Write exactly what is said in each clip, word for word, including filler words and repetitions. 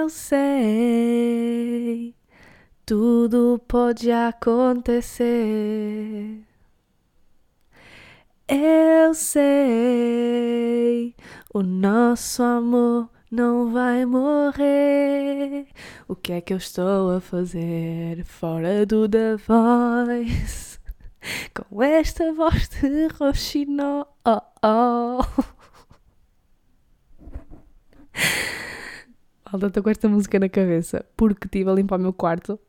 Eu sei, tudo pode acontecer. Eu sei, o nosso amor não vai morrer. O que é que eu estou a fazer fora do The Voice? Com esta voz de roxinol. Oh, oh. Malta, estou com esta música na cabeça porque estive a limpar o meu quarto.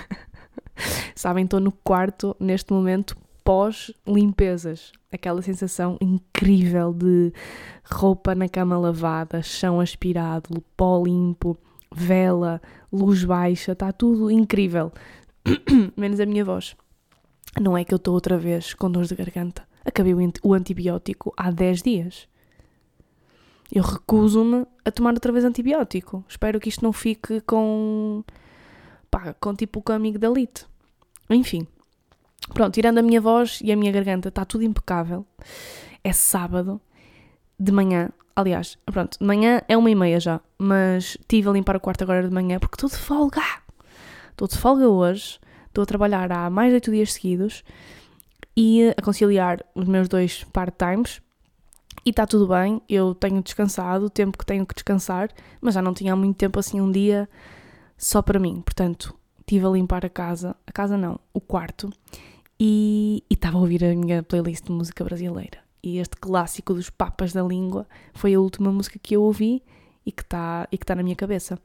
Sabem, estou no quarto neste momento pós-limpezas. Aquela sensação incrível de roupa na cama lavada, chão aspirado, pó limpo, vela, luz baixa, está tudo incrível. Menos a minha voz. Não é que eu estou outra vez com dores de garganta. Acabei o antibiótico há dez dias. Eu recuso-me a tomar outra vez antibiótico. Espero que isto não fique com... pá, com tipo com amigo da Lite. Enfim. Pronto, tirando a minha voz e a minha garganta, está tudo impecável. É sábado, de manhã. Aliás, pronto, de manhã é uma e meia já. Mas estive a limpar o quarto agora de manhã porque estou de folga. Estou de folga hoje. Estou a trabalhar há mais de oito dias seguidos. E a conciliar os meus dois part-times. E está tudo bem, eu tenho descansado o tempo que tenho que descansar, mas já não tinha há muito tempo assim um dia só para mim. Portanto, estive a limpar a casa, a casa não, o quarto, e estava a ouvir a minha playlist de música brasileira. E este clássico dos Papas da Língua foi a última música que eu ouvi e que está e que está na minha cabeça.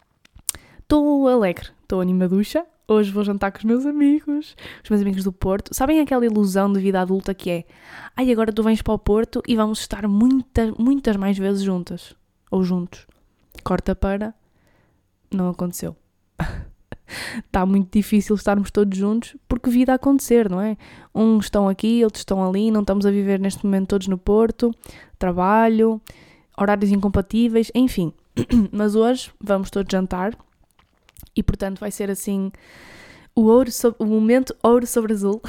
Estou alegre, estou animaducha. Hoje vou jantar com os meus amigos, os meus amigos do Porto. Sabem aquela ilusão de vida adulta que é ai, agora tu vens para o Porto e vamos estar muitas, muitas mais vezes juntas. Ou juntos. Corta para... Não aconteceu. Está muito difícil estarmos todos juntos porque vida a acontecer, não é? Uns estão aqui, outros estão ali, não estamos a viver neste momento todos no Porto. Trabalho, horários incompatíveis, enfim. Mas hoje vamos todos jantar. E, portanto, vai ser assim o, ouro sobre, o momento ouro sobre azul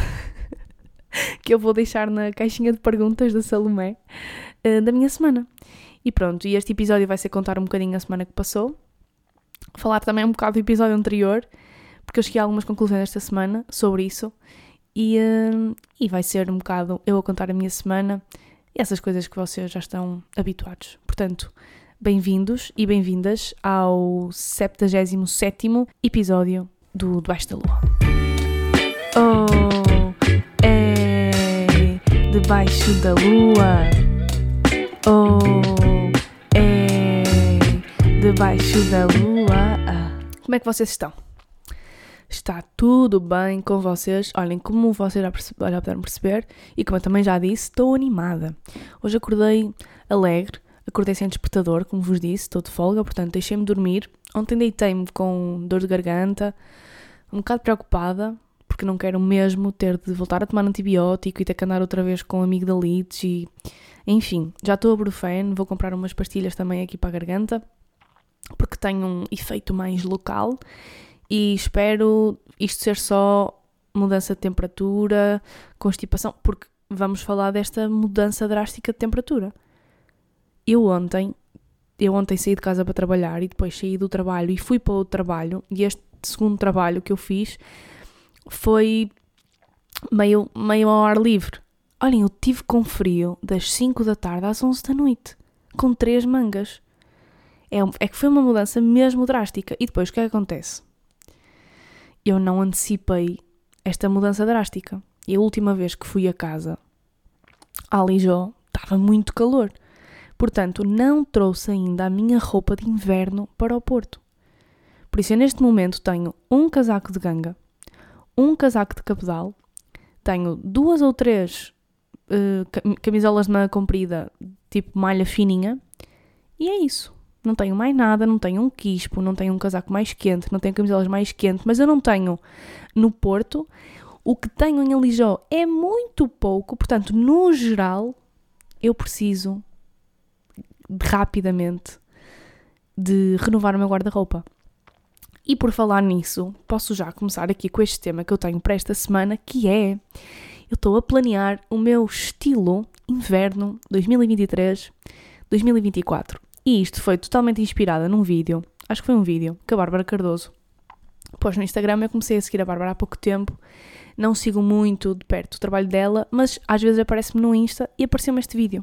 que eu vou deixar na caixinha de perguntas da Salomé uh, da minha semana. E pronto, e este episódio vai ser contar um bocadinho a semana que passou. Falar também um bocado do episódio anterior, porque eu cheguei a algumas conclusões esta semana sobre isso. E, uh, e vai ser um bocado eu a contar a minha semana e essas coisas que vocês já estão habituados. Portanto... Bem-vindos e bem-vindas ao septuagésimo sétimo episódio do Debaixo da Lua. Oh, é debaixo da lua. Oh, é debaixo da lua. Como é que vocês estão? Está tudo bem com vocês? Olhem, como vocês já, perce- já puderam perceber e como eu também já disse, estou animada. Hoje acordei alegre. Acordei sem despertador, como vos disse, estou de folga, portanto deixei-me dormir. Ontem deitei-me com dor de garganta, um bocado preocupada, porque não quero mesmo ter de voltar a tomar antibiótico e ter que andar outra vez com amigdalites e... Enfim, já estou a Brufen, vou comprar umas pastilhas também aqui para a garganta, porque tem um efeito mais local e espero isto ser só mudança de temperatura, constipação, porque vamos falar desta mudança drástica de temperatura. Eu ontem, eu ontem saí de casa para trabalhar e depois saí do trabalho e fui para outro trabalho e este segundo trabalho que eu fiz foi meio, meio ao ar livre. Olhem, eu tive com frio das cinco da tarde às onze da noite, com três mangas. É, é que foi uma mudança mesmo drástica. E depois o que é que acontece? Eu não antecipei esta mudança drástica. E a última vez que fui a casa, a Alijó, estava muito calor. Portanto, não trouxe ainda a minha roupa de inverno para o Porto. Por isso, eu neste momento tenho um casaco de ganga, um casaco de cabedal, tenho duas ou três uh, camisolas de manga comprida, tipo malha fininha, e é isso. Não tenho mais nada, não tenho um quispo, não tenho um casaco mais quente, não tenho camisolas mais quentes, mas eu não tenho no Porto. O que tenho em Alijó é muito pouco, portanto, no geral, eu preciso... rapidamente de renovar o meu guarda-roupa. E por falar nisso, posso já começar aqui com este tema que eu tenho para esta semana, que é, eu estou a planear o meu estilo inverno dois mil e vinte e três dois mil e vinte e quatro. E isto foi totalmente inspirada num vídeo. acho que foi um vídeo que a Bárbara Cardoso pôs no Instagram. Eu comecei a seguir a Bárbara há pouco tempo, não sigo muito de perto o trabalho dela, mas às vezes aparece-me no Insta e apareceu-me este vídeo.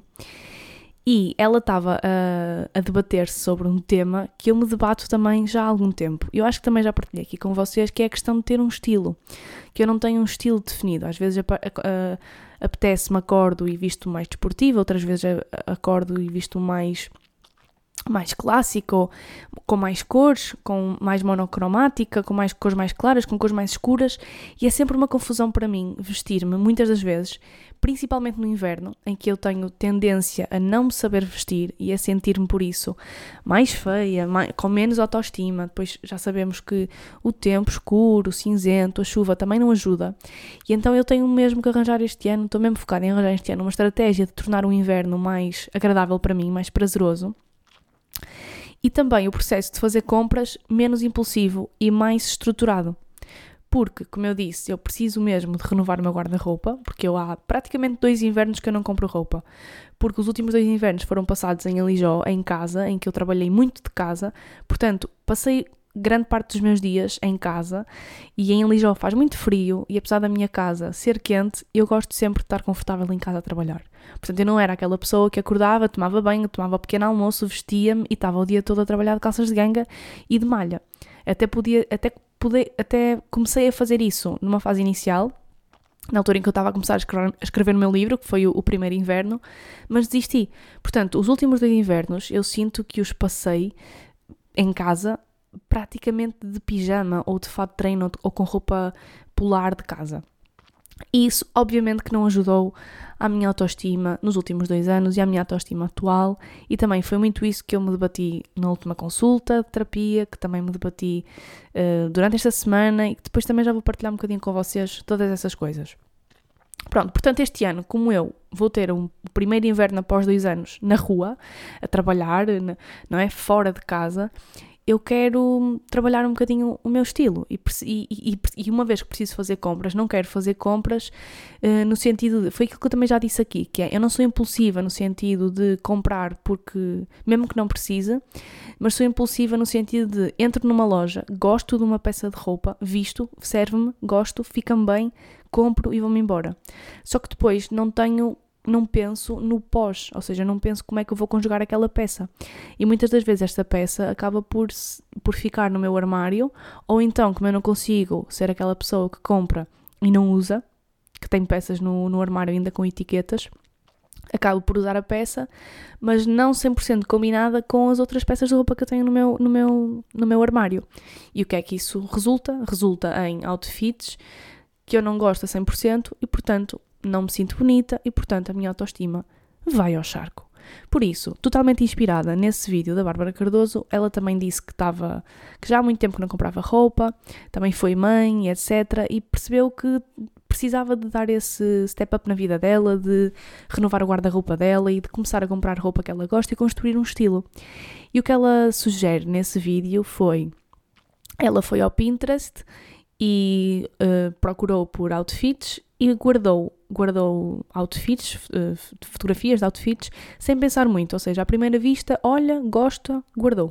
E ela estava a, a debater-se sobre um tema que eu me debato também já há algum tempo. Eu acho que também já partilhei aqui com vocês, que é a questão de ter um estilo. Que eu não tenho um estilo definido. Às vezes apetece-me, acordo e visto mais desportivo, outras vezes acordo e visto mais... mais clássico, com mais cores, com mais monocromática, com mais cores mais claras, com cores mais escuras, e é sempre uma confusão para mim vestir-me, muitas das vezes, principalmente no inverno, em que eu tenho tendência a não me saber vestir e a sentir-me por isso mais feia, mais, com menos autoestima. Depois já sabemos que o tempo escuro, o cinzento, a chuva também não ajuda, e então eu tenho mesmo que arranjar este ano, estou mesmo focada em arranjar este ano uma estratégia de tornar o inverno mais agradável para mim, mais prazeroso. E também o processo de fazer compras menos impulsivo e mais estruturado. Porque, como eu disse, eu preciso mesmo de renovar o meu guarda-roupa, porque eu há praticamente dois invernos que eu não compro roupa. Porque os últimos dois invernos foram passados em Alijó, em casa, em que eu trabalhei muito de casa. Portanto, passei grande parte dos meus dias em casa, e em Alijó faz muito frio, e apesar da minha casa ser quente, eu gosto sempre de estar confortável em casa a trabalhar. Portanto, eu não era aquela pessoa que acordava, tomava banho, tomava um pequeno almoço, vestia-me e estava o dia todo a trabalhar de calças de ganga e de malha. Até podia, até, poder, até comecei a fazer isso numa fase inicial, na altura em que eu estava a começar a escrever, a escrever no meu livro, que foi o, o primeiro inverno, mas desisti. Portanto, os últimos dois invernos eu sinto que os passei em casa praticamente de pijama ou de fato de treino ou com roupa polar de casa. E isso obviamente que não ajudou à minha autoestima nos últimos dois anos e à minha autoestima atual, e também foi muito isso que eu me debati na última consulta de terapia, que também me debati uh, durante esta semana, e que depois também já vou partilhar um bocadinho com vocês todas essas coisas. Pronto, portanto este ano, como eu vou ter um primeiro inverno após dois anos na rua, a trabalhar, não é, fora de casa, eu quero trabalhar um bocadinho o meu estilo e, e, e, e uma vez que preciso fazer compras, não quero fazer compras uh, no sentido de, foi aquilo que eu também já disse aqui, que é, eu não sou impulsiva no sentido de comprar porque, mesmo que não precise, mas sou impulsiva no sentido de, entro numa loja, gosto de uma peça de roupa, visto, serve-me, gosto, fica-me bem, compro e vou-me embora. Só que depois não tenho... não penso no pós, ou seja, não penso como é que eu vou conjugar aquela peça. E muitas das vezes esta peça acaba por, por ficar no meu armário, ou então, como eu não consigo ser aquela pessoa que compra e não usa, que tem peças no, no armário ainda com etiquetas, acabo por usar a peça, mas não cem por cento combinada com as outras peças de roupa que eu tenho no meu, no meu, no meu armário. E o que é que isso resulta? Resulta em outfits que eu não gosto a cem por cento e, portanto, não me sinto bonita e, portanto, a minha autoestima vai ao charco. Por isso, totalmente inspirada nesse vídeo da Bárbara Cardoso, ela também disse que estava, que já há muito tempo que não comprava roupa, também foi mãe, etcétera, e percebeu que precisava de dar esse step up na vida dela, de renovar o guarda-roupa dela e de começar a comprar roupa que ela gosta e construir um estilo. E o que ela sugere nesse vídeo foi, ela foi ao Pinterest e uh, procurou por outfits e guardou, guardou outfits, uh, fotografias de outfits, sem pensar muito, ou seja, à primeira vista, olha, gosta, guardou.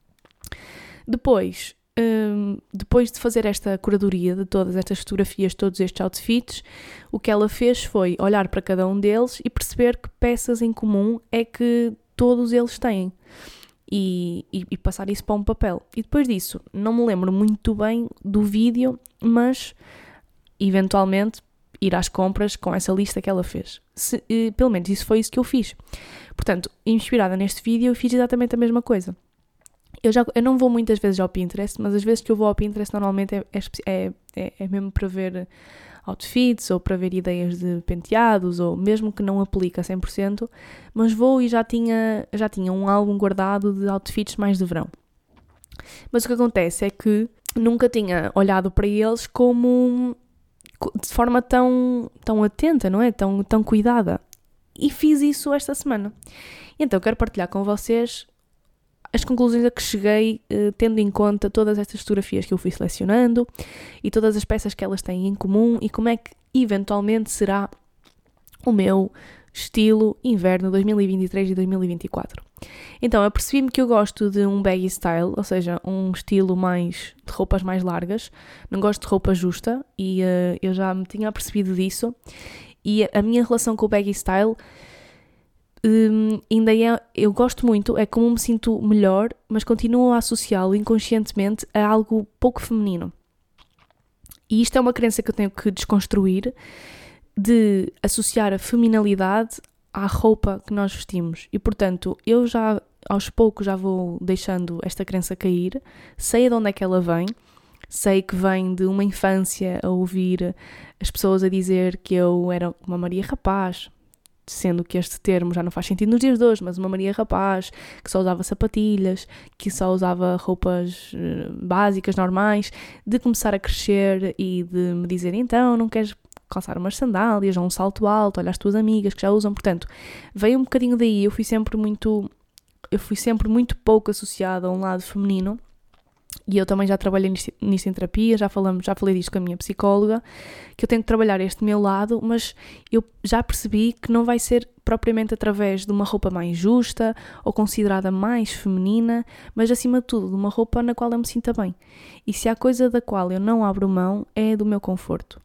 Depois, um, depois de fazer esta curadoria de todas estas fotografias, todos estes outfits, o que ela fez foi olhar para cada um deles e perceber que peças em comum é que todos eles têm. E, e, e passar isso para um papel. E depois disso, não me lembro muito bem do vídeo, mas eventualmente ir às compras com essa lista que ela fez. Se, eh, pelo menos isso foi isso que eu fiz. Portanto, inspirada neste vídeo, eu fiz exatamente a mesma coisa. Eu, já, eu não vou muitas vezes ao Pinterest, mas as vezes que eu vou ao Pinterest normalmente é, é, é, é mesmo para ver outfits ou para ver ideias de penteados, ou mesmo que não aplique a cem por cento, mas vou e já tinha, já tinha um álbum guardado de outfits mais de verão. Mas o que acontece é que nunca tinha olhado para eles como de forma tão, tão atenta, não é? Tão, tão cuidada. E fiz isso esta semana. Então quero partilhar com vocês as conclusões a que cheguei, eh, tendo em conta todas estas fotografias que eu fui selecionando e todas as peças que elas têm em comum e como é que eventualmente será o meu estilo inverno dois mil e vinte e três e dois mil e vinte e quatro. Então, eu percebi-me que eu gosto de um baggy style, ou seja, um estilo mais de roupas mais largas. Não gosto de roupa justa e uh, eu já me tinha percebido disso. E a minha relação com o baggy style um, ainda é, eu gosto muito, é como me sinto melhor, mas continuo a associá-lo inconscientemente a algo pouco feminino. E isto é uma crença que eu tenho que desconstruir, de associar a feminilidade à roupa que nós vestimos. E, portanto, eu já, aos poucos, já vou deixando esta crença cair, sei de onde é que ela vem, sei que vem de uma infância a ouvir as pessoas a dizer que eu era uma Maria Rapaz, sendo que este termo já não faz sentido nos dias de hoje, mas uma Maria Rapaz, que só usava sapatilhas, que só usava roupas básicas, normais, de começar a crescer e de me dizer, então, não queres calçar umas sandálias ou um salto alto, olha as tuas amigas que já usam. Portanto, veio um bocadinho daí. Eu fui sempre muito, eu fui sempre muito pouco associada a um lado feminino, e eu também já trabalhei nisto, nisto em terapia, já, falamos, já falei disto com a minha psicóloga, que eu tenho que trabalhar este meu lado, mas eu já percebi que não vai ser propriamente através de uma roupa mais justa ou considerada mais feminina, mas acima de tudo de uma roupa na qual eu me sinta bem. E se há coisa da qual eu não abro mão é do meu conforto.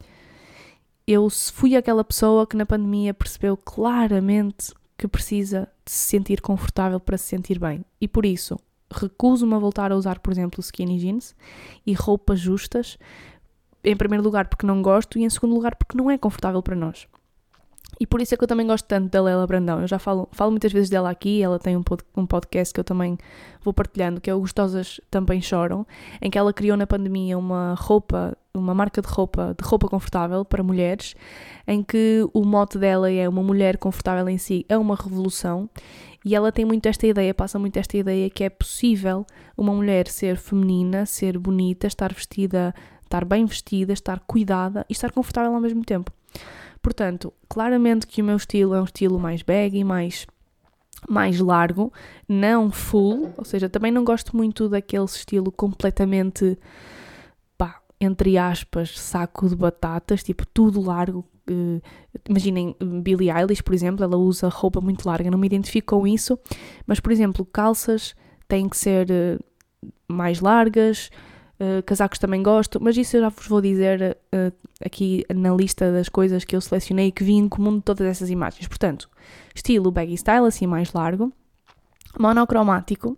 Eu fui aquela pessoa que na pandemia percebeu claramente que precisa de se sentir confortável para se sentir bem. E por isso, recuso-me a voltar a usar, por exemplo, skinny jeans e roupas justas. Em primeiro lugar porque não gosto e em segundo lugar porque não é confortável para nós. E por isso é que eu também gosto tanto da Lela Brandão. Eu já falo, falo muitas vezes dela aqui, ela tem um, pod, um podcast que eu também vou partilhando, que é o Gostosas Também Choram, em que ela criou na pandemia uma roupa, uma marca de roupa, de roupa confortável para mulheres, em que o mote dela é uma mulher confortável em si, é uma revolução, e ela tem muito esta ideia, passa muito esta ideia que é possível uma mulher ser feminina, ser bonita, estar vestida, estar bem vestida, estar cuidada e estar confortável ao mesmo tempo. Portanto, claramente que o meu estilo é um estilo mais baggy, mais, mais largo, não full, ou seja, também não gosto muito daquele estilo completamente, pá, entre aspas, saco de batatas, tipo tudo largo. Uh, imaginem Billie Eilish, por exemplo, ela usa roupa muito larga, não me identifico com isso, mas, por exemplo, calças têm que ser uh, mais largas. Uh, casacos também gosto, mas isso eu já vos vou dizer uh, aqui na lista das coisas que eu selecionei e que vi em comum de todas essas imagens. Portanto, estilo baggy style, assim mais largo, monocromático,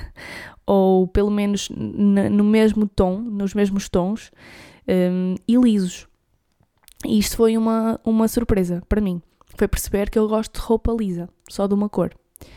ou pelo menos n- no mesmo tom, nos mesmos tons, um, e lisos. E isto foi uma, uma surpresa para mim. Foi perceber que eu gosto de roupa lisa, só de uma cor.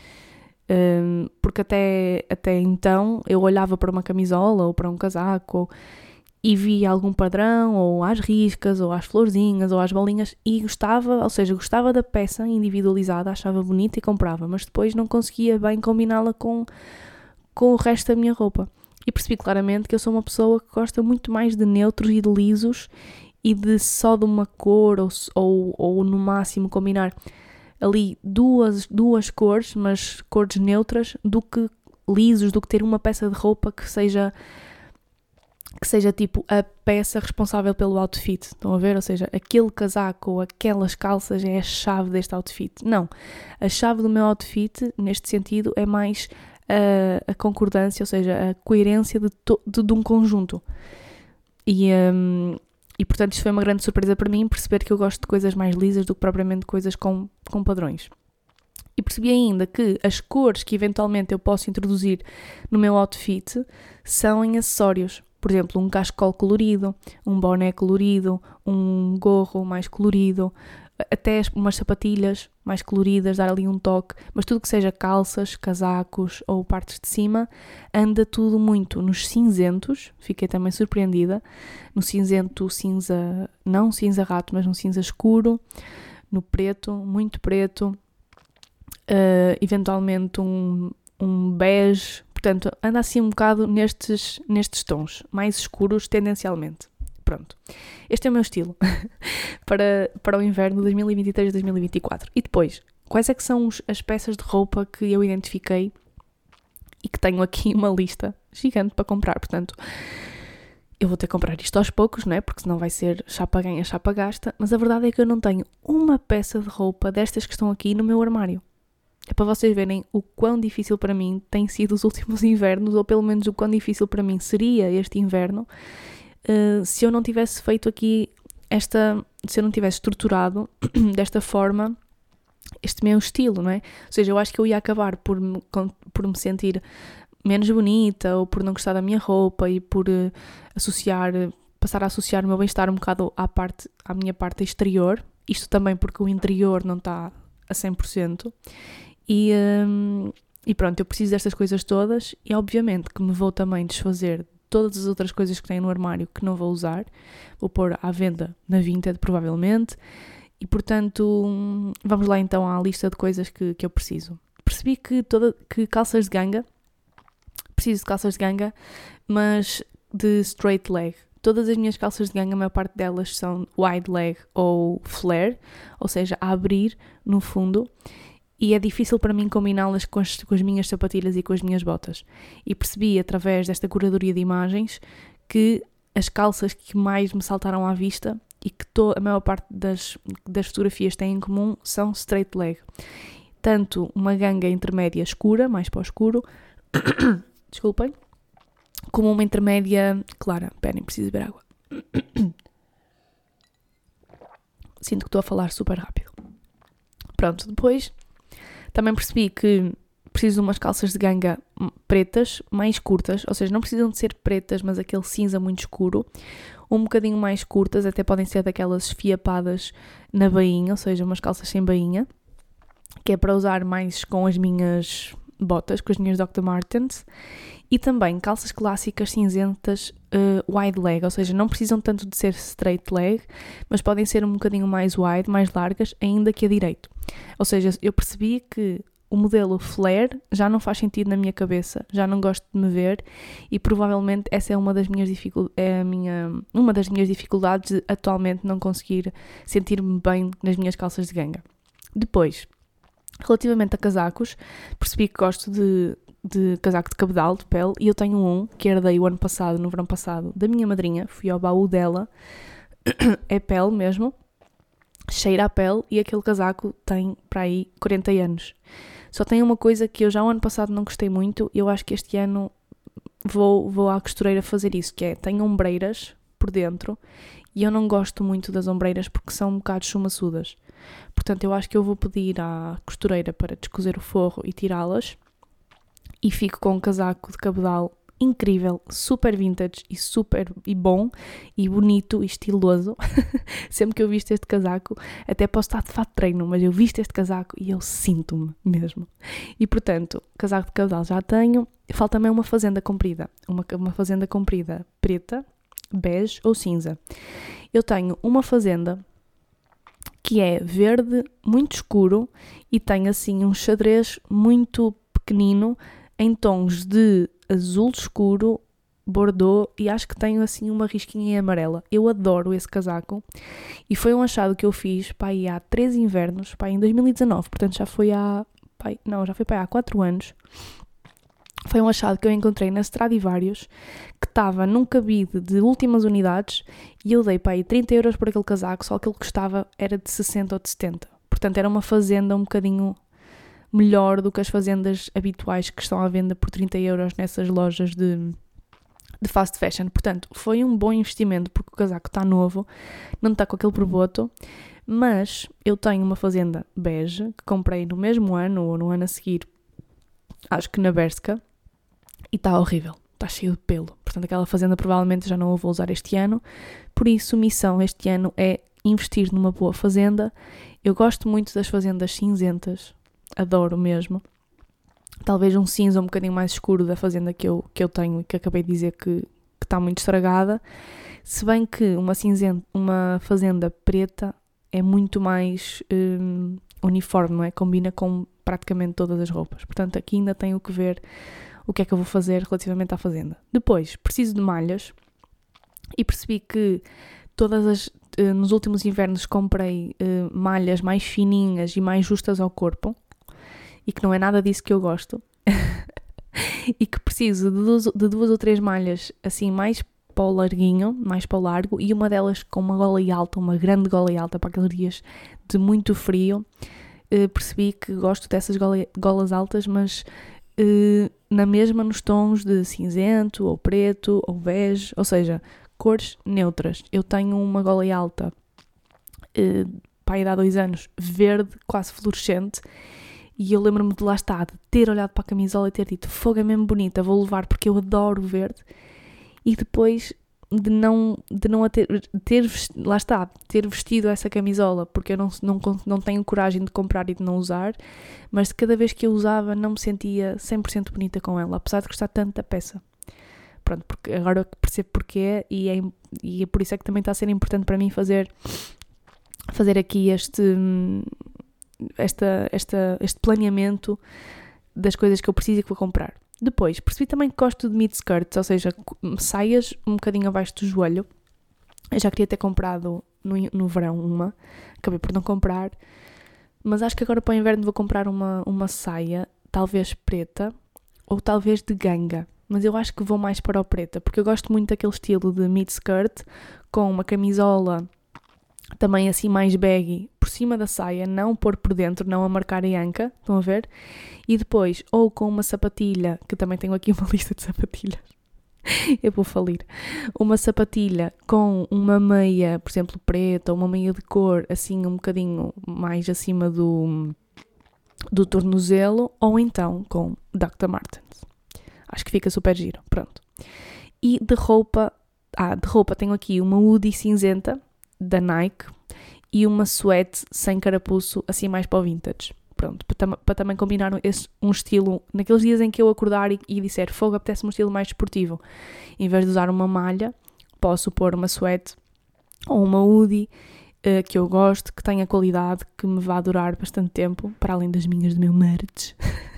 Um, porque até, até então eu olhava para uma camisola ou para um casaco ou, e via algum padrão, ou às riscas, ou às florzinhas, ou às bolinhas, e gostava, ou seja, gostava da peça individualizada, achava bonita e comprava, mas depois não conseguia bem combiná-la com, com o resto da minha roupa. E percebi claramente que eu sou uma pessoa que gosta muito mais de neutros e de lisos e de só de uma cor, ou, ou, ou no máximo combinar ali duas, duas cores, mas cores neutras, do que lisos, do que ter uma peça de roupa que seja, que seja tipo a peça responsável pelo outfit. Estão a ver? Ou seja, aquele casaco ou aquelas calças é a chave deste outfit. Não. A chave do meu outfit, neste sentido, é mais a, a concordância, ou seja, a coerência de, to, de, de um conjunto. E... Um, E, portanto, isto foi uma grande surpresa para mim, perceber que eu gosto de coisas mais lisas do que propriamente coisas com, com padrões. E percebi ainda que as cores que eventualmente eu posso introduzir no meu outfit são em acessórios. Por exemplo, um cachecol colorido, um boné colorido, um gorro mais colorido, até umas sapatilhas mais coloridas, dar ali um toque, mas tudo que seja calças, casacos ou partes de cima, anda tudo muito nos cinzentos. Fiquei também surpreendida, no cinzento, cinza, não cinza rato, mas um cinza escuro, no preto, muito preto, uh, eventualmente um, um bege, portanto anda assim um bocado nestes, nestes tons, mais escuros tendencialmente. Pronto, este é o meu estilo para, para o inverno dois mil e vinte e três a dois mil e vinte e quatro. E depois, quais é que são os, as peças de roupa que eu identifiquei e que tenho aqui uma lista gigante para comprar? Portanto, eu vou ter que comprar isto aos poucos, não é? Porque senão vai ser chapa ganha, chapa gasta. Mas a verdade é que eu não tenho uma peça de roupa destas que estão aqui no meu armário. É para vocês verem o quão difícil para mim tem sido os últimos invernos, ou pelo menos o quão difícil para mim seria este inverno, uh, se eu não tivesse feito aqui esta... se eu não tivesse estruturado desta forma este meu estilo, não é? Ou seja, eu acho que eu ia acabar por me, por me sentir menos bonita, ou por não gostar da minha roupa e por uh, associar, passar a associar o meu bem-estar um bocado à, parte, à minha parte exterior. Isto também porque o interior não está a cem por cento. E, um, e pronto, eu preciso destas coisas todas e obviamente que me vou também desfazer de todas as outras coisas que tenho no armário que não vou usar. Vou pôr à venda na Vinted, provavelmente. E portanto, vamos lá então à lista de coisas que, que eu preciso. Percebi que, toda, que calças de ganga, preciso de calças de ganga, mas de straight leg. Todas as minhas calças de ganga, a maior parte delas são wide leg ou flare, ou seja, a abrir no fundo. E é difícil para mim combiná-las com as, com as minhas sapatilhas e com as minhas botas. E percebi, através desta curadoria de imagens, que as calças que mais me saltaram à vista e que to, a maior parte das, das fotografias têm em comum são straight leg. Tanto uma ganga intermédia escura, mais para o escuro, desculpem, como uma intermédia clara. Esperem, preciso beber água. Sinto que estou a falar super rápido. Pronto, depois... Também percebi que preciso de umas calças de ganga pretas, mais curtas, ou seja, não precisam de ser pretas, mas aquele cinza muito escuro, um bocadinho mais curtas, até podem ser daquelas esfiapadas na bainha, ou seja, umas calças sem bainha, que é para usar mais com as minhas botas, com as minhas doctor Martens, e também calças clássicas cinzentas uh, wide leg, ou seja, não precisam tanto de ser straight leg, mas podem ser um bocadinho mais wide, mais largas, ainda que a direito. Ou seja, eu percebi que o modelo flare já não faz sentido na minha cabeça, já não gosto de me ver e provavelmente essa é uma das minhas, dificul- é a minha, uma das minhas dificuldades de atualmente não conseguir sentir-me bem nas minhas calças de ganga. Depois, relativamente a casacos, percebi que gosto de, de casaco de cabedal, de pele, e eu tenho um que herdei o ano passado, no verão passado, da minha madrinha, fui ao baú dela, é pele mesmo, cheira a pele e aquele casaco tem para aí quarenta anos. Só tem uma coisa que eu já o ano passado não gostei muito, eu acho que este ano vou, vou à costureira fazer isso, que é, tem ombreiras por dentro e eu não gosto muito das ombreiras porque são um bocado chumaçudas. Portanto, eu acho que eu vou pedir à costureira para descozer o forro e tirá-las e fico com um casaco de cabedal incrível, super vintage e super e bom e bonito e estiloso. Sempre que eu visto este casaco, até posso estar de fato de treino, mas eu visto este casaco e eu sinto-me mesmo. E portanto, casaco de cabedal já tenho, falta também uma fazenda comprida, uma, uma fazenda comprida preta, bege ou cinza. Eu tenho uma fazenda que é verde, muito escuro e tem assim um xadrez muito pequenino em tons de azul escuro, bordô e acho que tenho assim uma risquinha em amarela. Eu adoro esse casaco e foi um achado que eu fiz pá, aí há três invernos, pá, em dois mil e dezanove, portanto já foi há, pá, não, já foi pá, há quatro anos. Foi um achado que eu encontrei na Stradivarius que estava num cabide de últimas unidades e eu dei pá, aí trinta euros por aquele casaco, só que ele custava era de sessenta ou de setenta. Portanto era uma fazenda um bocadinho melhor do que as fazendas habituais que estão à venda por trinta euros nessas lojas de, de fast fashion. Portanto, foi um bom investimento porque o casaco está novo, não está com aquele proboto, mas eu tenho uma fazenda bege que comprei no mesmo ano ou no ano a seguir, acho que na Bershka, e está horrível, está cheio de pelo. Portanto, aquela fazenda provavelmente já não a vou usar este ano, por isso missão este ano é investir numa boa fazenda. Eu gosto muito das fazendas cinzentas, adoro mesmo. Talvez um cinza um bocadinho mais escuro da fazenda que eu, que eu tenho e que acabei de dizer que, que está muito estragada. Se bem que uma, cinzenta, uma fazenda preta é muito mais hum, uniforme, não é? Combina com praticamente todas as roupas. Portanto, aqui ainda tenho que ver o que é que eu vou fazer relativamente à fazenda. Depois, preciso de malhas e percebi que todas as, nos últimos invernos comprei uh, malhas mais fininhas e mais justas ao corpo e que não é nada disso que eu gosto e que preciso de duas, de duas ou três malhas assim mais para o larguinho, mais para o largo, e uma delas com uma gola alta, uma grande gola alta para aqueles dias de muito frio. Uh, percebi que gosto dessas gola, golas altas, mas uh, na mesma nos tons de cinzento, ou preto, ou bege, ou seja, cores neutras. Eu tenho uma gola alta, uh, para há dois anos, verde, quase fluorescente, e eu lembro-me de lá estar, de ter olhado para a camisola e ter dito, fogo, é mesmo bonita, vou levar porque eu adoro o verde, e depois de não, de não a ter, ter, lá está, ter vestido essa camisola, porque eu não, não, não tenho coragem de comprar e de não usar, mas cada vez que eu usava não me sentia cem por cento bonita com ela, apesar de gostar tanto da peça. Pronto, porque agora eu percebo porquê, e é, e é por isso é que também está a ser importante para mim fazer, fazer aqui este... Esta, esta, este planeamento das coisas que eu preciso e que vou comprar. Depois, percebi também que gosto de mid-skirts, ou seja, saias um bocadinho abaixo do joelho. Eu já queria ter comprado no, no verão uma, acabei por não comprar, mas acho que agora para o inverno vou comprar uma, uma saia, talvez preta, ou talvez de ganga, mas eu acho que vou mais para o preta, porque eu gosto muito daquele estilo de mid-skirt, com uma camisola também assim mais baggy por cima da saia, não pôr por dentro, não a marcar a anca, estão a ver? E depois, ou com uma sapatilha, que também tenho aqui uma lista de sapatilhas, eu vou falir, uma sapatilha com uma meia, por exemplo, preta, ou uma meia de cor, assim um bocadinho mais acima do, do tornozelo, ou então com doutor Martens. Acho que fica super giro, pronto. E de roupa, ah, de roupa tenho aqui uma hoodie cinzenta, da Nike, e uma suéte sem carapuço, assim mais para o vintage. Pronto, para, tam- para também combinar esse, um estilo, naqueles dias em que eu acordar e, e disser, fogo, apetece um estilo mais esportivo. Em vez de usar uma malha, posso pôr uma suéte ou uma hoodie uh, que eu gosto, que tenha qualidade, que me vá durar bastante tempo, para além das minhas do meu merch,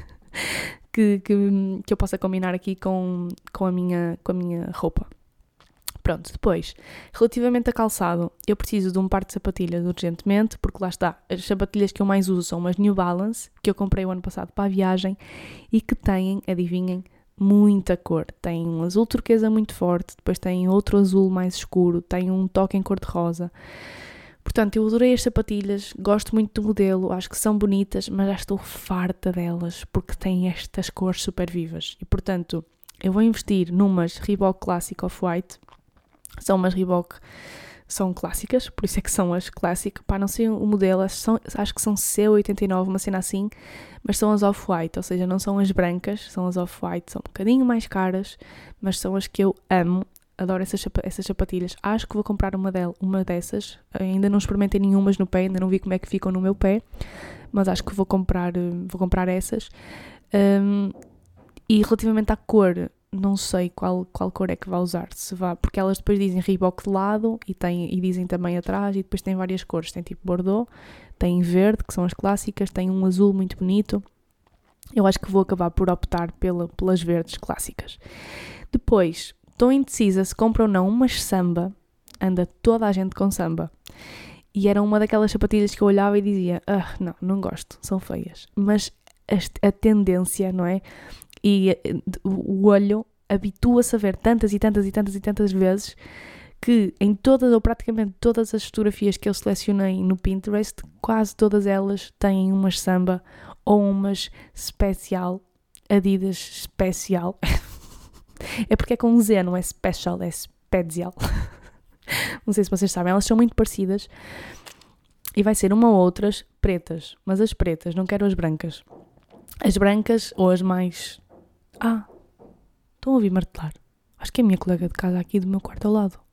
que, que, que eu possa combinar aqui com, com, a minha, com a minha roupa. Pronto, depois, relativamente a calçado, eu preciso de um par de sapatilhas urgentemente, porque lá está, as sapatilhas que eu mais uso são umas New Balance, que eu comprei o ano passado para a viagem, e que têm, adivinhem, muita cor. Tem um azul turquesa muito forte, depois tem outro azul mais escuro, tem um toque em cor-de-rosa. Portanto, eu adorei as sapatilhas, gosto muito do modelo, acho que são bonitas, mas já estou farta delas, porque têm estas cores super vivas. E, portanto, eu vou investir numas Reebok Classic Off-White. São umas Reebok, são clássicas, por isso é que são as Classic. Pá, não sei o modelo, acho, são, acho que são C oitenta e nove, uma cena assim, mas são as Off-White, ou seja, não são as brancas, são as Off-White, são um bocadinho mais caras, mas são as que eu amo, adoro essas, essas sapatilhas. Acho que vou comprar uma, del, uma dessas, ainda não experimentei nenhumas no pé, ainda não vi como é que ficam no meu pé, mas acho que vou comprar, vou comprar essas. Um, e relativamente à cor, não sei qual, qual cor é que vai usar, se vá, porque elas depois dizem Reebok de lado e, tem, e dizem também atrás, e depois tem várias cores, tem tipo Bordeaux, tem verde, que são as clássicas, tem um azul muito bonito. Eu acho que vou acabar por optar pela, pelas verdes clássicas. Depois, estou indecisa se compro ou não umas samba, anda toda a gente com samba, e era uma daquelas sapatilhas que eu olhava e dizia, ah, não, não gosto, são feias, mas a, a tendência, não é? E o olho habitua-se a ver tantas e tantas e tantas e tantas vezes que em todas ou praticamente todas as fotografias que eu selecionei no Pinterest, quase todas elas têm umas samba ou umas special, Adidas special. É porque é com um Z, não é special, é special. Não sei se vocês sabem, elas são muito parecidas e vai ser uma ou outras pretas, mas as pretas, não quero as brancas. As brancas ou as mais... Ah, estão a ouvir martelar. Acho que é a minha colega de casa aqui do meu quarto ao lado.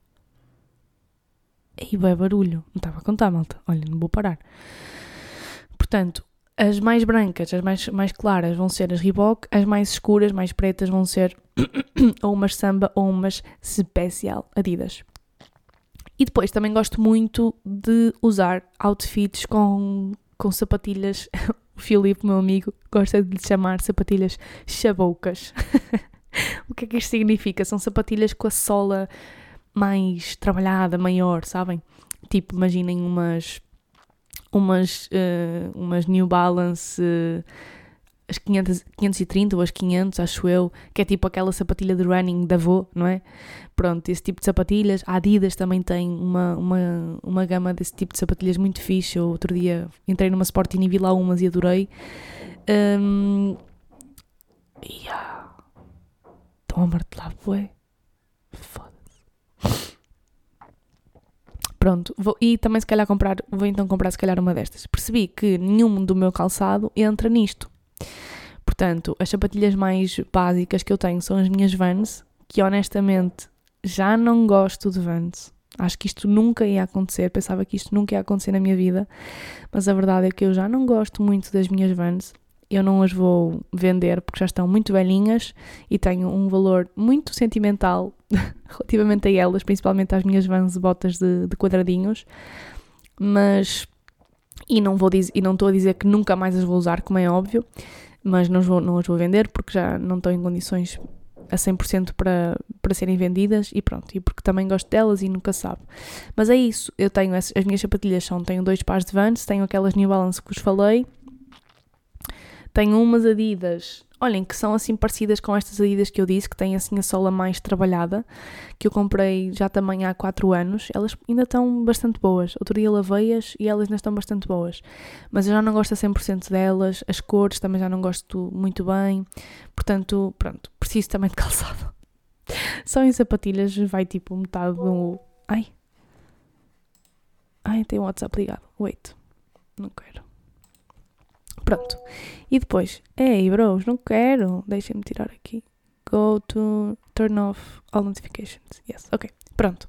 E bem barulho. Não estava a contar, malta. Olha, não vou parar. Portanto, as mais brancas, as mais, mais claras vão ser as Reebok. As mais escuras, mais pretas vão ser ou umas Samba ou umas Special Adidas. E depois também gosto muito de usar outfits com, com sapatilhas... O Filipe, meu amigo, gosta de lhe chamar sapatilhas chaboucas. O que é que isto significa? São sapatilhas com a sola mais trabalhada, maior, sabem? Tipo, imaginem umas, umas, uh, umas New Balance uh, as quinhentos, quinhentos e trinta ou as quinhentos, acho eu, que é tipo aquela sapatilha de running da Vô, não é? Pronto, esse tipo de sapatilhas. A Adidas também tem uma, uma, uma gama desse tipo de sapatilhas muito fixe. Eu outro dia entrei numa Sporting e vi lá umas e adorei. Um, yeah. Estão a martelar, ué. Foda-se. Pronto, vou, e também se calhar comprar, vou então comprar se calhar uma destas. Percebi que nenhum do meu calçado entra nisto. Portanto, as sapatilhas mais básicas que eu tenho são as minhas Vans, que honestamente já não gosto de Vans. Acho que isto nunca ia acontecer, pensava que isto nunca ia acontecer na minha vida, mas a verdade é que eu já não gosto muito das minhas Vans. Eu não as vou vender porque já estão muito velhinhas e tenho um valor muito sentimental relativamente a elas, principalmente às minhas Vans botas de, de quadradinhos. Mas, e não vou dizer, e não estou a dizer que nunca mais as vou usar, como é óbvio, mas não as vou, não as vou vender porque já não estou em condições a cem por cento para, para serem vendidas e pronto, e porque também gosto delas e nunca sabe. Mas é isso, eu tenho as, as minhas sapatilhas são, tenho dois pares de Vans, tenho aquelas New Balance que vos falei. Tenho umas Adidas, olhem, que são assim parecidas com estas Adidas que eu disse, que têm assim a sola mais trabalhada, que eu comprei já também há quatro anos. Elas ainda estão bastante boas. Outro dia lavei-as e elas ainda estão bastante boas. Mas eu já não gosto a cem por cento delas, as cores também já não gosto muito bem. Portanto, pronto, preciso também de calçado. Só em sapatilhas vai tipo metade do... Ai, ai, tem o WhatsApp ligado. Wait, não quero. Pronto. E depois, ei bros, não quero. Deixem-me tirar aqui. Go to turn off all notifications. Yes, ok. Pronto.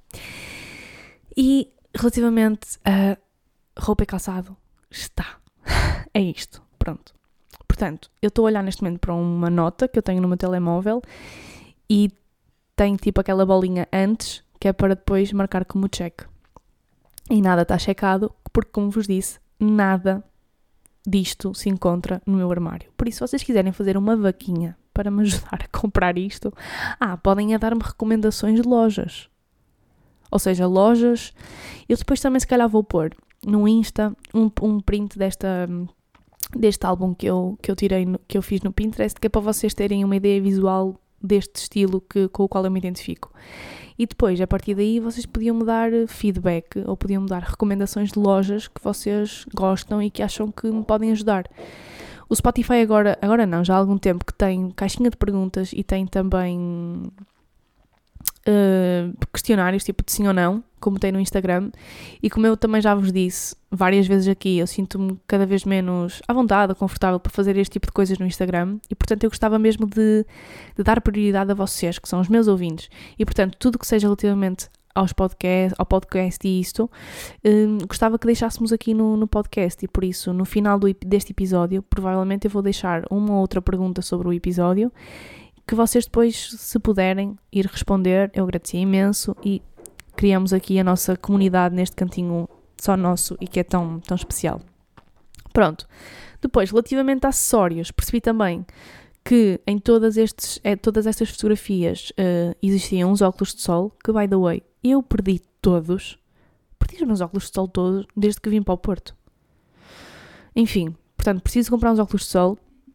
E relativamente a roupa e calçado, está. É isto. Pronto. Portanto, eu estou a olhar neste momento para uma nota que eu tenho no meu telemóvel e tem tipo aquela bolinha antes, que é para depois marcar como check. E nada está checado, porque como vos disse, nada disto se encontra no meu armário. Por isso, se vocês quiserem fazer uma vaquinha para me ajudar a comprar isto, ah, podem a dar-me recomendações de lojas. Ou seja, lojas... Eu depois também se calhar vou pôr no Insta um, um print desta, deste álbum que eu, que eu tirei, no, que eu fiz no Pinterest, que é para vocês terem uma ideia visual deste estilo que, com o qual eu me identifico. E depois, a partir daí, vocês podiam me dar feedback ou podiam me dar recomendações de lojas que vocês gostam e que acham que me podem ajudar. O Spotify agora, agora não, já há algum tempo que tem caixinha de perguntas e tem também uh, questionários tipo de sim ou não, como tem no Instagram. E como eu também já vos disse várias vezes aqui, eu sinto-me cada vez menos à vontade, confortável para fazer este tipo de coisas no Instagram e, portanto, eu gostava mesmo de, de dar prioridade a vocês, que são os meus ouvintes. E, portanto, tudo que seja relativamente aos podcast, ao podcast e isto, hum, gostava que deixássemos aqui no, no podcast. E, por isso, no final do, deste episódio, provavelmente eu vou deixar uma ou outra pergunta sobre o episódio que vocês depois, se puderem, ir responder. Eu agradecia imenso e criamos aqui a nossa comunidade neste cantinho só nosso e que é tão, tão especial. Pronto. Depois, relativamente a acessórios, percebi também que em todas, estes, é, todas estas fotografias uh, existiam uns óculos de sol que, by the way, eu perdi todos. Perdi os meus óculos de sol todos desde que vim para o Porto. Enfim, portanto, preciso comprar uns óculos de sol.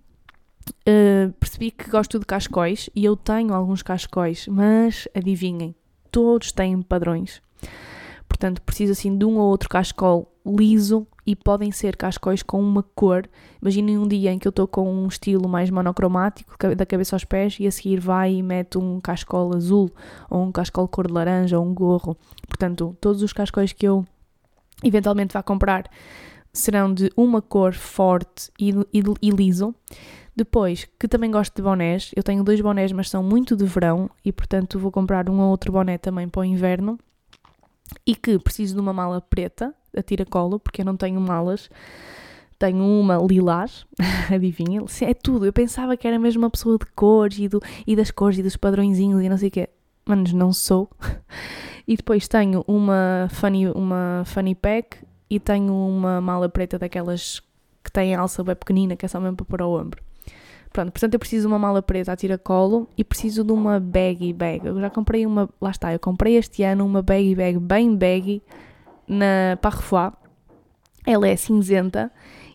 Uh, percebi que gosto de cascóis e eu tenho alguns cascóis, mas adivinhem, todos têm padrões. Portanto, preciso assim de um ou outro cascol liso e podem ser cascóis com uma cor. Imaginem um dia em que eu estou com um estilo mais monocromático, da cabeça aos pés, e a seguir vai e mete um cascol azul, ou um cascol cor de laranja, ou um gorro. Portanto, todos os cascóis que eu eventualmente vá comprar serão de uma cor forte e, e, e liso. Depois, que também gosto de bonés. Eu tenho dois bonés, mas são muito de verão e, portanto, vou comprar um ou outro boné também para o inverno. E que preciso de uma mala preta, a tiracolo, porque eu não tenho malas. Tenho uma lilás, adivinha? É tudo. Eu pensava que era mesmo uma pessoa de cores e, do, e das cores e dos padrõezinhos e não sei o quê. Mas não sou. E depois tenho uma funny, uma funny pack e tenho uma mala preta daquelas que têm alça bem pequenina, que é só mesmo para pôr ao ombro. Pronto, portanto eu preciso de uma mala preta a tiracolo e preciso de uma baggy bag. Eu já comprei uma, lá está, eu comprei este ano uma baggy bag bem baggy na Parrefoy. Ela é cinzenta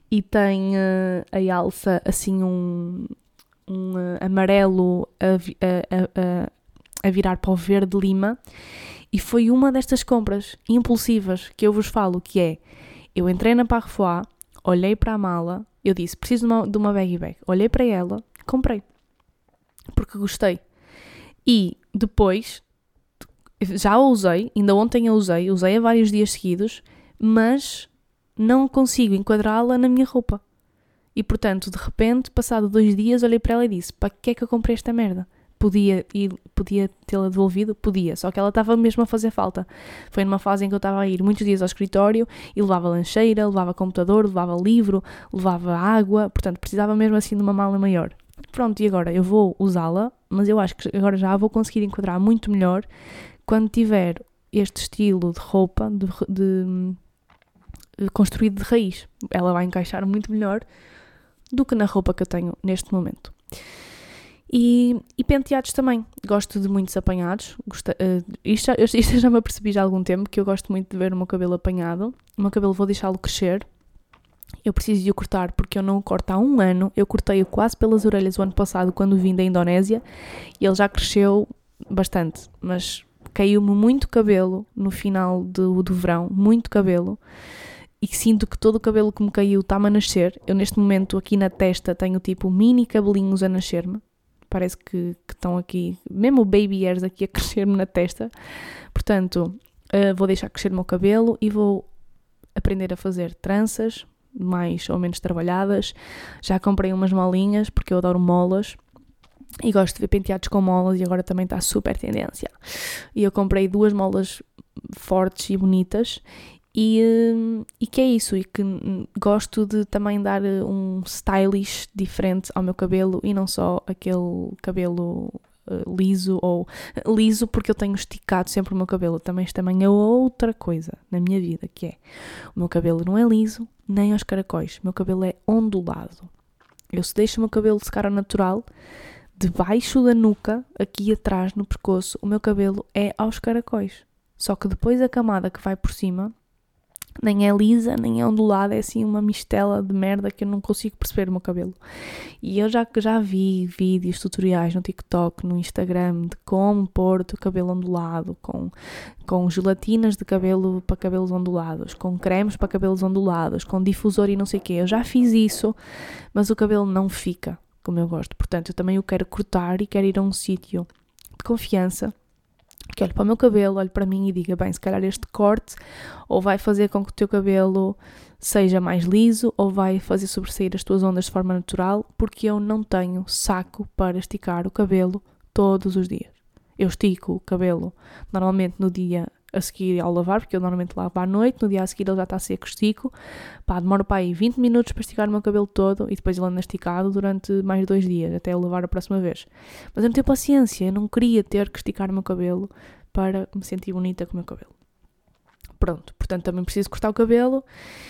e tem uh, a alça assim um, um uh, amarelo a, a, a, a virar para o verde lima, e foi uma destas compras impulsivas que eu vos falo, que é, eu entrei na Parfois, olhei para a mala, eu disse, preciso de uma, de uma baggy bag, olhei para ela, comprei, porque gostei, e depois já a usei, ainda ontem a usei, usei a vários dias seguidos, mas não consigo enquadrá-la na minha roupa. E, portanto, de repente, passado dois dias, olhei para ela e disse, para que é que eu comprei esta merda? Podia, ir, podia tê-la devolvido? Podia, só que ela estava mesmo a fazer falta. Foi numa fase em que eu estava a ir muitos dias ao escritório e levava lancheira, levava computador, levava livro, levava água, portanto, precisava mesmo assim de uma mala maior. Pronto, e agora eu vou usá-la, mas eu acho que agora já a vou conseguir enquadrar muito melhor quando tiver este estilo de roupa de, de, de construído de raiz. Ela vai encaixar muito melhor do que na roupa que eu tenho neste momento. E, e penteados também. Gosto de muitos apanhados. Gosto, uh, isto, já, isto já me apercebi já há algum tempo, que eu gosto muito de ver o meu cabelo apanhado. O meu cabelo vou deixá-lo crescer. Eu preciso de o cortar porque eu não o corto há um ano. Eu cortei-o quase pelas orelhas o ano passado quando vim da Indonésia e ele já cresceu bastante, mas caiu-me muito cabelo no final do, do verão, muito cabelo, e sinto que todo o cabelo que me caiu está-me a nascer. Eu neste momento aqui na testa tenho tipo mini cabelinhos a nascer-me, parece que, que estão aqui, mesmo baby hairs aqui a crescer-me na testa, portanto uh, vou deixar crescer o meu cabelo e vou aprender a fazer tranças, mais ou menos trabalhadas. Já comprei umas molinhas, porque eu adoro molas, e gosto de ver penteados com molas, e agora também está super tendência. E eu comprei duas molas fortes e bonitas, e, e que é isso, e que gosto de também dar um stylish diferente ao meu cabelo, e não só aquele cabelo uh, liso, ou liso porque eu tenho esticado sempre o meu cabelo. Também isto também é outra coisa na minha vida, que é, o meu cabelo não é liso, nem aos caracóis, o meu cabelo é ondulado. Eu se deixo o meu cabelo secar ao natural, debaixo da nuca, aqui atrás no pescoço, o meu cabelo é aos caracóis. Só que depois a camada que vai por cima nem é lisa, nem é ondulada, é assim uma mistela de merda que eu não consigo perceber o meu cabelo. E eu já, já vi vídeos, tutoriais no TikTok, no Instagram, de como pôr o cabelo ondulado, com, com gelatinas de cabelo para cabelos ondulados, com cremes para cabelos ondulados, com difusor e não sei o quê. Eu já fiz isso, mas o cabelo não fica como eu gosto. Portanto, eu também o quero cortar e quero ir a um sítio de confiança, que olhe para o meu cabelo, olhe para mim e diga, bem, se calhar este corte ou vai fazer com que o teu cabelo seja mais liso ou vai fazer sobressair as tuas ondas de forma natural, porque eu não tenho saco para esticar o cabelo todos os dias. Eu estico o cabelo normalmente no dia a seguir ao lavar, porque eu normalmente lavo à noite, no dia a seguir ele já está seco, estico, pá, demoro para aí vinte minutos para esticar o meu cabelo todo e depois ele anda esticado durante mais dois dias, até eu lavar a próxima vez. Mas eu não tenho paciência, eu não queria ter que esticar o meu cabelo para me sentir bonita com o meu cabelo. Pronto, portanto também preciso cortar o cabelo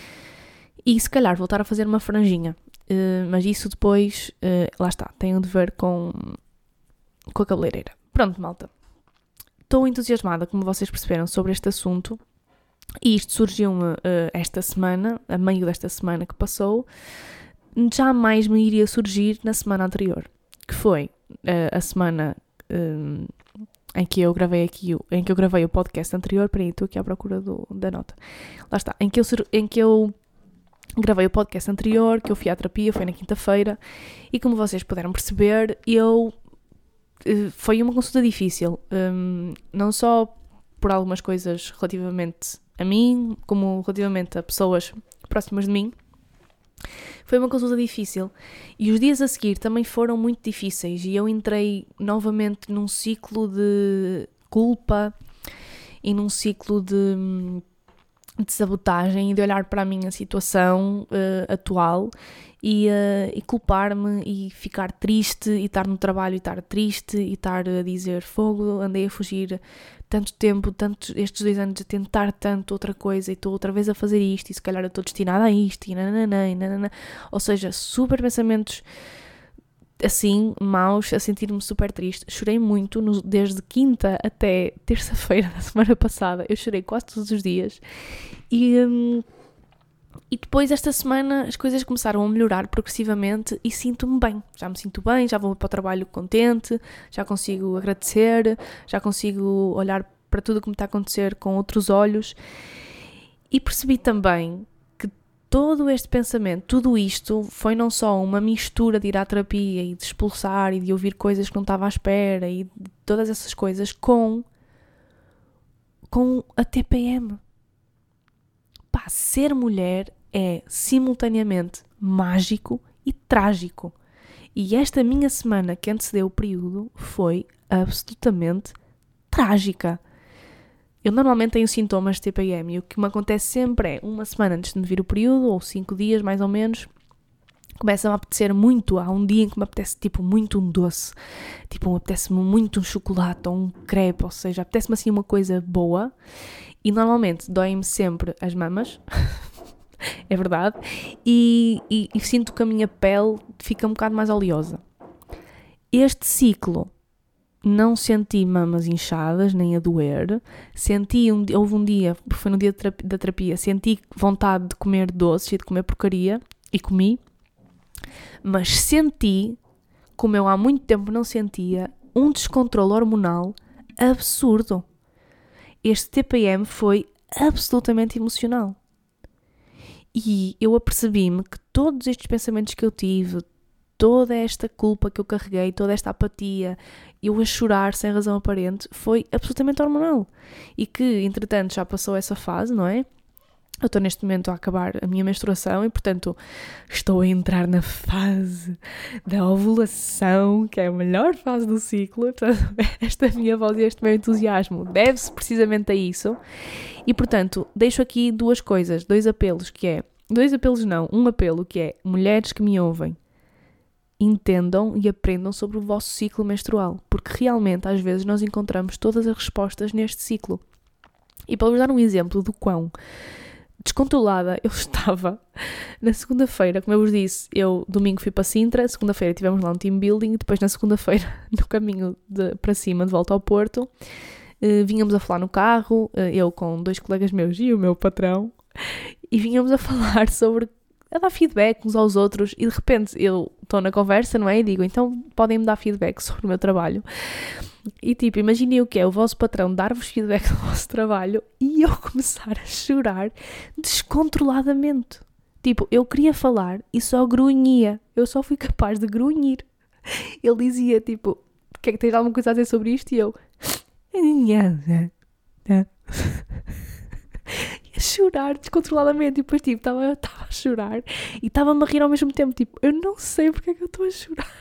e se calhar voltar a fazer uma franjinha, uh, mas isso depois, uh, lá está, tenho de ver com, com a cabeleireira. Pronto, malta. Estou entusiasmada, como vocês perceberam, sobre este assunto, e isto surgiu-me uh, esta semana, a meio desta semana que passou. Jamais me iria surgir na semana anterior, que foi uh, a semana um, em que eu gravei aqui, em que eu gravei o podcast anterior. Peraí, estou aqui à procura do, da nota. Lá está, em que, eu, em que eu gravei o podcast anterior, que eu fui à terapia, foi na quinta-feira, e como vocês puderam perceber, eu... foi uma consulta difícil, um, não só por algumas coisas relativamente a mim, como relativamente a pessoas próximas de mim. Foi uma consulta difícil e os dias a seguir também foram muito difíceis e eu entrei novamente num ciclo de culpa e num ciclo de, de sabotagem e de olhar para a minha situação uh, atual e, uh, e culpar-me e ficar triste e estar no trabalho e estar triste e estar a dizer fogo, andei a fugir tanto tempo, tanto, estes dois anos a tentar tanto outra coisa e estou outra vez a fazer isto e se calhar eu estou destinada a isto e nananã, e nananã. Ou seja, super pensamentos assim, maus, a sentir-me super triste. Chorei muito, no, desde quinta até terça-feira da semana passada, eu chorei quase todos os dias e... Hum, E depois esta semana as coisas começaram a melhorar progressivamente e sinto-me bem. Já me sinto bem, já vou para o trabalho contente, já consigo agradecer, já consigo olhar para tudo o que me está a acontecer com outros olhos. E percebi também que todo este pensamento, tudo isto, foi não só uma mistura de ir à terapia e de expulsar e de ouvir coisas que não estava à espera e de todas essas coisas com, com a T P M. Pá, ser mulher é simultaneamente mágico e trágico. E esta minha semana que antecedeu o período foi absolutamente trágica. Eu normalmente tenho sintomas de T P M e o que me acontece sempre é uma semana antes de me vir o período, ou cinco dias mais ou menos, começa-me a apetecer muito. Há um dia em que me apetece tipo muito um doce, tipo me apetece-me muito um chocolate ou um crepe, ou seja, apetece-me assim uma coisa boa. E normalmente dói-me sempre as mamas, é verdade, e, e, e sinto que a minha pele fica um bocado mais oleosa. Este ciclo não senti mamas inchadas, nem a doer, senti, um, houve um dia, foi no dia da terapia, senti vontade de comer doces e de comer porcaria, e comi, mas senti, como eu há muito tempo não sentia, um descontrole hormonal absurdo. Este T P M foi absolutamente emocional. E eu apercebi-me que todos estes pensamentos que eu tive, toda esta culpa que eu carreguei, toda esta apatia, eu a chorar sem razão aparente, foi absolutamente hormonal. E que, entretanto, já passou essa fase, não é? Eu estou neste momento a acabar a minha menstruação e, portanto, estou a entrar na fase da ovulação, que é a melhor fase do ciclo. Portanto, esta minha voz e este meu entusiasmo deve-se precisamente a isso. E, portanto, deixo aqui duas coisas, dois apelos, que é... Dois apelos não, um apelo, que é mulheres que me ouvem, entendam e aprendam sobre o vosso ciclo menstrual, porque realmente, às vezes, nós encontramos todas as respostas neste ciclo. E para vos dar um exemplo do quão descontrolada eu estava, na segunda-feira, como eu vos disse, eu domingo fui para Sintra, segunda-feira tivemos lá um team building, depois na segunda-feira, no caminho de, para cima, de volta ao Porto, eh, vínhamos a falar no carro, eh, eu com dois colegas meus e o meu patrão, e vínhamos a falar sobre, a dar feedback uns aos outros, e de repente eu estou na conversa, não é? E digo, então podem-me dar feedback sobre o meu trabalho. E tipo, imaginem o que é o vosso patrão dar-vos feedback do vosso trabalho e eu começar a chorar descontroladamente. Tipo, eu queria falar e só grunhia. Eu só fui capaz de grunhir. Ele dizia, tipo, que é que tens alguma coisa a dizer sobre isto? E eu... ia chorar descontroladamente. E depois, tipo, estava a chorar e estava-me a rir ao mesmo tempo. Tipo, eu não sei porque é que eu estou a chorar.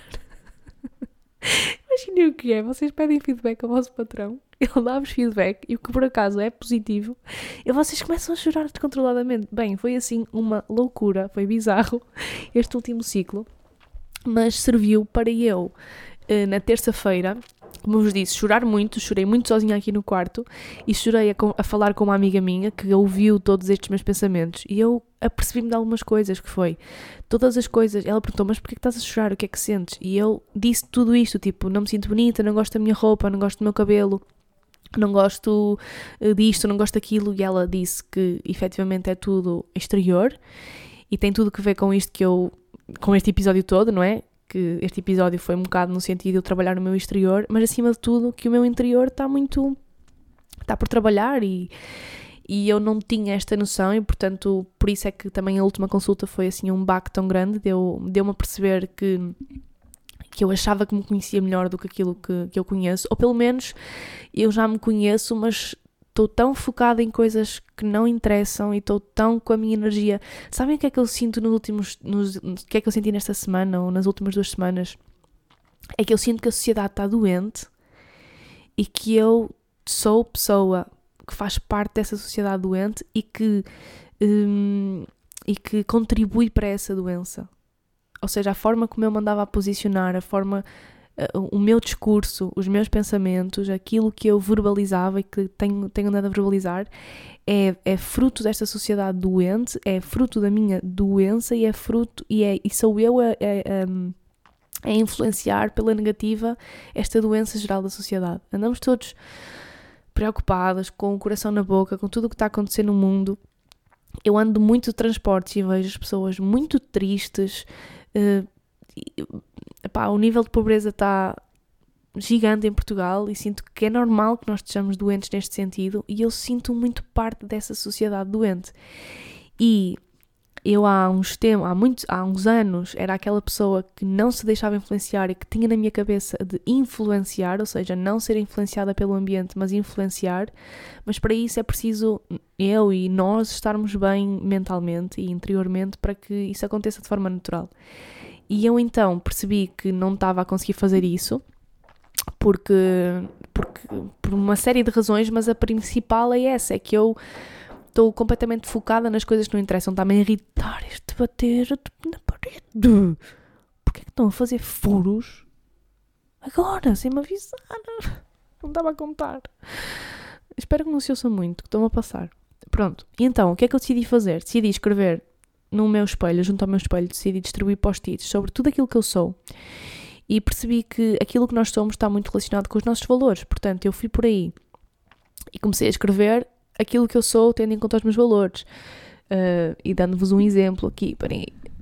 Imaginem o que é, vocês pedem feedback ao vosso patrão, ele dá-vos feedback e o que por acaso é positivo e vocês começam a chorar descontroladamente. Bem, foi assim uma loucura, foi bizarro este último ciclo, mas serviu para eu, na terça-feira, como eu vos disse, chorar muito, chorei muito sozinha aqui no quarto e chorei a, a falar com uma amiga minha que ouviu todos estes meus pensamentos e eu apercebi-me de algumas coisas, que foi, todas as coisas, ela perguntou, mas porquê que estás a chorar, o que é que sentes? E eu disse tudo isto, tipo, não me sinto bonita, não gosto da minha roupa, não gosto do meu cabelo, não gosto disto, não gosto daquilo, e ela disse que efetivamente é tudo exterior e tem tudo que ver com isto que eu, com este episódio todo, não é? Que este episódio foi um bocado no sentido de eu trabalhar no meu exterior, mas acima de tudo que o meu interior está muito, está por trabalhar e, e eu não tinha esta noção e portanto por isso é que também a última consulta foi assim um baque tão grande, deu, deu-me a perceber que, que eu achava que me conhecia melhor do que aquilo que, que eu conheço, ou pelo menos eu já me conheço, mas estou tão focada em coisas que não interessam e estou tão com a minha energia. Sabem o que é que eu sinto nos últimos... Nos, o que é que eu senti nesta semana ou nas últimas duas semanas? É que eu sinto que a sociedade está doente e que eu sou pessoa que faz parte dessa sociedade doente e que, hum, e que contribui para essa doença. Ou seja, a forma como eu me andava a posicionar, a forma... o meu discurso, os meus pensamentos, aquilo que eu verbalizava e que tenho, tenho andado a verbalizar é, é fruto desta sociedade doente, é fruto da minha doença e é fruto e, é, e sou eu a, a, a influenciar pela negativa esta doença geral da sociedade. Andamos todos preocupados, com o coração na boca, com tudo o que está a acontecer no mundo eu ando muito de transportes e vejo as pessoas muito tristes. Uh, e, epá, o nível de pobreza está gigante em Portugal e sinto que é normal que nós estejamos doentes neste sentido e eu sinto muito parte dessa sociedade doente. E eu há uns tempos, há, muitos, há uns anos, era aquela pessoa que não se deixava influenciar e que tinha na minha cabeça de influenciar, ou seja, não ser influenciada pelo ambiente, mas influenciar. Mas para isso é preciso eu e nós estarmos bem mentalmente e interiormente para que isso aconteça de forma natural. E eu então percebi que não estava a conseguir fazer isso, porque, porque por uma série de razões, mas a principal é essa, é que eu estou completamente focada nas coisas que não interessam. Está-me a irritar este bater na parede. Porquê que estão a fazer furos agora, sem me avisar? Não estava a contar. Espero que não se ouça muito, que estão a passar. Pronto, e então, o que é que eu decidi fazer? Decidi escrever no meu espelho, junto ao meu espelho, decidi distribuir post-its sobre tudo aquilo que eu sou. E percebi que aquilo que nós somos está muito relacionado com os nossos valores. Portanto, eu fui por aí e comecei a escrever aquilo que eu sou, tendo em conta os meus valores. Uh, e dando-vos um exemplo aqui. Parem.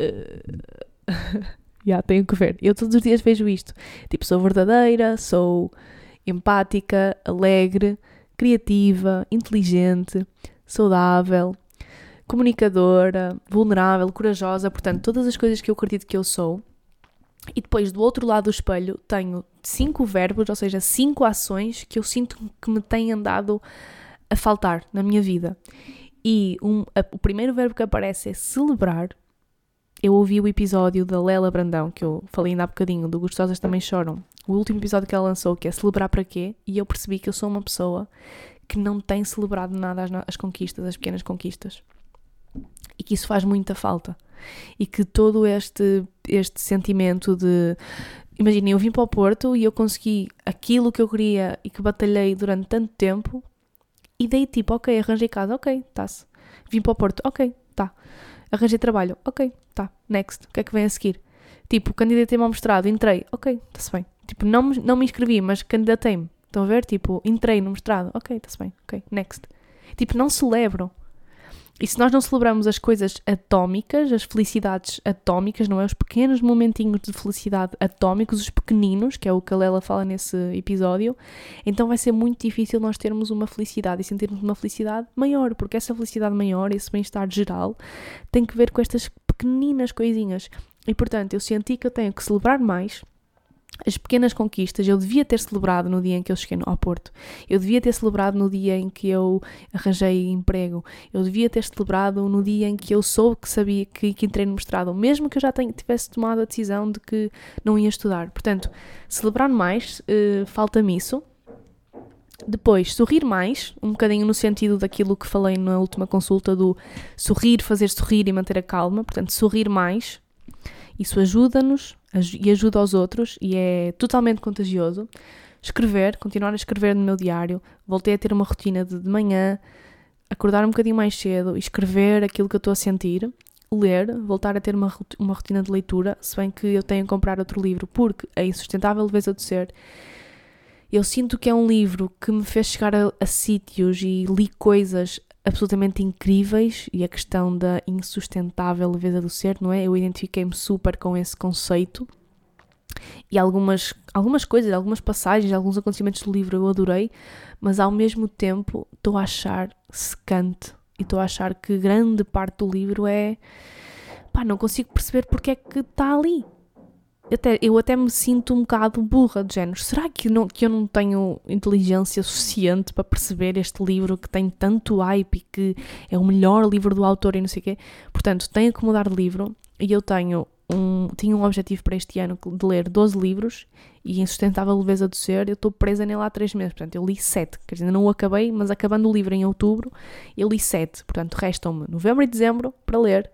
Uh, Já, tenho que ver. Eu todos os dias vejo isto. Tipo, sou verdadeira, sou empática, alegre, criativa, inteligente, saudável, comunicadora, vulnerável, corajosa. Portanto, todas as coisas que eu acredito que eu sou. E depois, do outro lado do espelho, tenho cinco verbos, ou seja, cinco ações que eu sinto que me têm andado a faltar na minha vida. E um, a, o primeiro verbo que aparece é celebrar. Eu ouvi o episódio da Lela Brandão, que eu falei ainda há bocadinho, do Gostosas Também Choram. O último episódio que ela lançou, que é celebrar para quê? E eu percebi que eu sou uma pessoa que não tem celebrado nada as, as conquistas, as pequenas conquistas. E que isso faz muita falta. E que todo este, este sentimento de... Imaginem, eu vim para o Porto e eu consegui aquilo que eu queria e que batalhei durante tanto tempo. E daí tipo, ok, arranjei casa, ok, tá-se. Vim para o Porto, ok, tá. Arranjei trabalho, ok, tá. Next, o que é que vem a seguir? Tipo, candidatei-me ao mestrado, entrei, ok, está-se bem. Tipo, não, não me inscrevi, mas candidatei-me. Estão a ver? Tipo, entrei no mestrado, ok, está-se bem, ok, next. Tipo, não celebram. E se nós não celebramos as coisas atómicas, as felicidades atómicas, não é? Os pequenos momentinhos de felicidade atómicos, os pequeninos, que é o que a Lela fala nesse episódio, então vai ser muito difícil nós termos uma felicidade e sentirmos uma felicidade maior, porque essa felicidade maior, esse bem-estar geral, tem que ver com estas pequeninas coisinhas. E, portanto, eu senti que eu tenho que celebrar mais as pequenas conquistas. Eu devia ter celebrado no dia em que eu cheguei ao Porto. Eu devia ter celebrado no dia em que eu arranjei emprego. Eu devia ter celebrado no dia em que eu soube que sabia que, que entrei no mestrado, mesmo que eu já tenha, tivesse tomado a decisão de que não ia estudar. Portanto, celebrar mais, uh, falta-me isso. Depois, sorrir mais, um bocadinho no sentido daquilo que falei na última consulta do sorrir, fazer sorrir e manter a calma. Portanto, sorrir mais. Isso ajuda-nos e ajuda aos outros e é totalmente contagioso. Escrever, continuar a escrever no meu diário. Voltei a ter uma rotina de, de manhã, acordar um bocadinho mais cedo e escrever aquilo que eu estou a sentir. Ler, voltar a ter uma, uma rotina de leitura, se bem que eu tenho que comprar outro livro, porque A Insustentável Leveza do Ser, eu sinto que é um livro que me fez chegar a, a sítios e li coisas absolutamente incríveis, e a questão da insustentável leveza do ser, não é? Eu identifiquei-me super com esse conceito e algumas, algumas coisas, algumas passagens, alguns acontecimentos do livro eu adorei, mas ao mesmo tempo estou a achar secante e estou a achar que grande parte do livro é... pá, não consigo perceber porque é que está ali. Até, eu até me sinto um bocado burra, de género. Será que eu, não, que eu não tenho inteligência suficiente para perceber este livro que tem tanto hype e que é o melhor livro do autor e não sei o quê? Portanto, tenho que mudar de livro e eu tenho um, tinha um objetivo para este ano de ler doze livros e Insustentável Leveza do Ser, eu estou presa nele há três meses. Portanto, eu li sete. Quer dizer, ainda não o acabei, mas acabando o livro em outubro, eu li sete. Portanto, restam-me novembro e dezembro para ler